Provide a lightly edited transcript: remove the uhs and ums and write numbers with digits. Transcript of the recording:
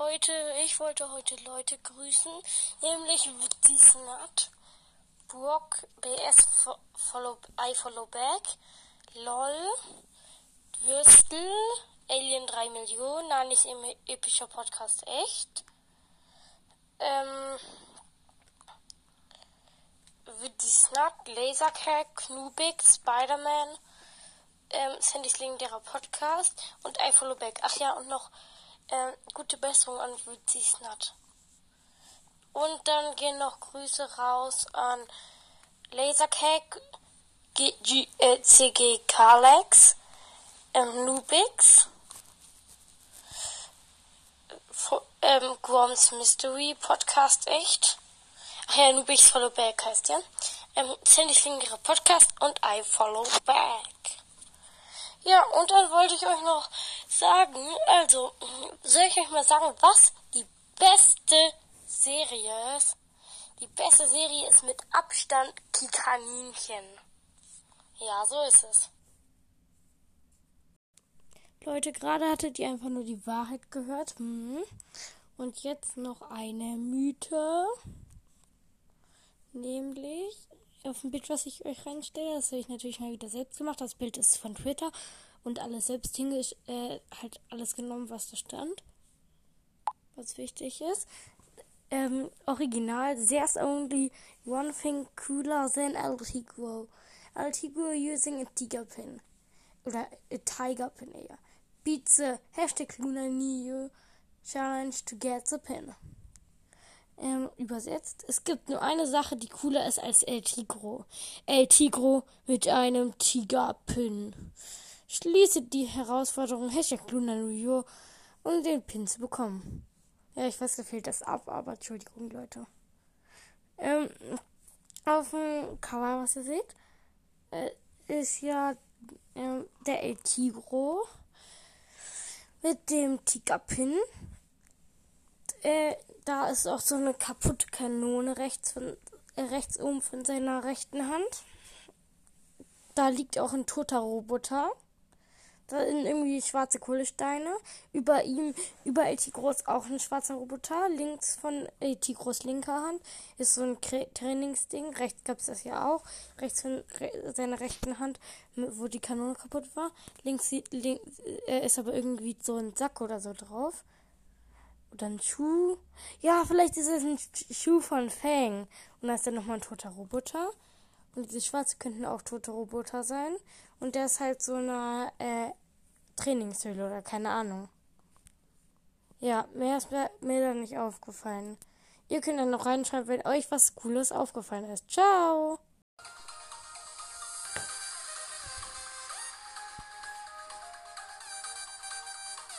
Leute, ich wollte heute Leute grüßen, nämlich Witsisnat, Brock, BS, I follow back, LOL, Würstel, Alien 3 Millionen, Nanis epischer Podcast echt, Witsisnat, Lasercat, Knubik, Spider-Man, Sandys legendärer Podcast und I follow back. Ach ja, und noch gute Besserung an Witsisnat. Und dann gehen noch Grüße raus an Lasercake, CG Carlex, Nubix, Groms Mystery Podcast echt. Ach ja, Nubix Follow Back heißt der. Sandys legendärer Podcast und I follow back. Ja, und dann wollte ich euch noch sagen, also, soll ich euch mal sagen, was die beste Serie ist? Die beste Serie ist mit Abstand Kikaninchen. Ja, so ist es. Leute, gerade hattet ihr einfach nur die Wahrheit gehört. Und jetzt noch eine Mythe. Nämlich auf dem Bild, was ich euch reinstelle, das habe ich natürlich mal wieder selbst gemacht. Das Bild ist von Twitter und alles selbst halt alles genommen, was da stand. Was wichtig ist. Original, there's only one thing cooler than El Tigro. El Tigro using a tiger pin. Oder a tiger pin eher. Beat the #LunarNeo challenge to get the pin. Übersetzt. Es gibt nur eine Sache, die cooler ist als El Tigro. El Tigro mit einem Tiger-Pin. Schließe die Herausforderung #LunarNeo, um den Pin zu bekommen. Ja, ich weiß, da fehlt das ab, aber Entschuldigung, Leute. Auf dem Cover, was ihr seht, ist ja der El Tigro mit dem Tiger-Pin. Da ist auch so eine kaputte Kanone rechts oben von seiner rechten Hand. Da liegt auch ein toter Roboter. Da sind irgendwie schwarze Kohlesteine. Über El Tigro ist auch ein schwarzer Roboter. Links von El Tigros linker Hand ist so ein Trainingsding. Rechts gab es das ja auch. Rechts von seiner rechten Hand, wo die Kanone kaputt war. Links ist aber irgendwie so ein Sack oder so drauf. Oder ein Schuh. Ja, vielleicht ist es ein Schuh von Fang. Und da ist dann nochmal ein toter Roboter. Und diese Schwarze könnten auch tote Roboter sein. Und der ist halt so eine Trainingshöhle oder keine Ahnung. Ja, mehr ist mir da nicht aufgefallen. Ihr könnt dann noch reinschreiben, wenn euch was Cooles aufgefallen ist. Ciao!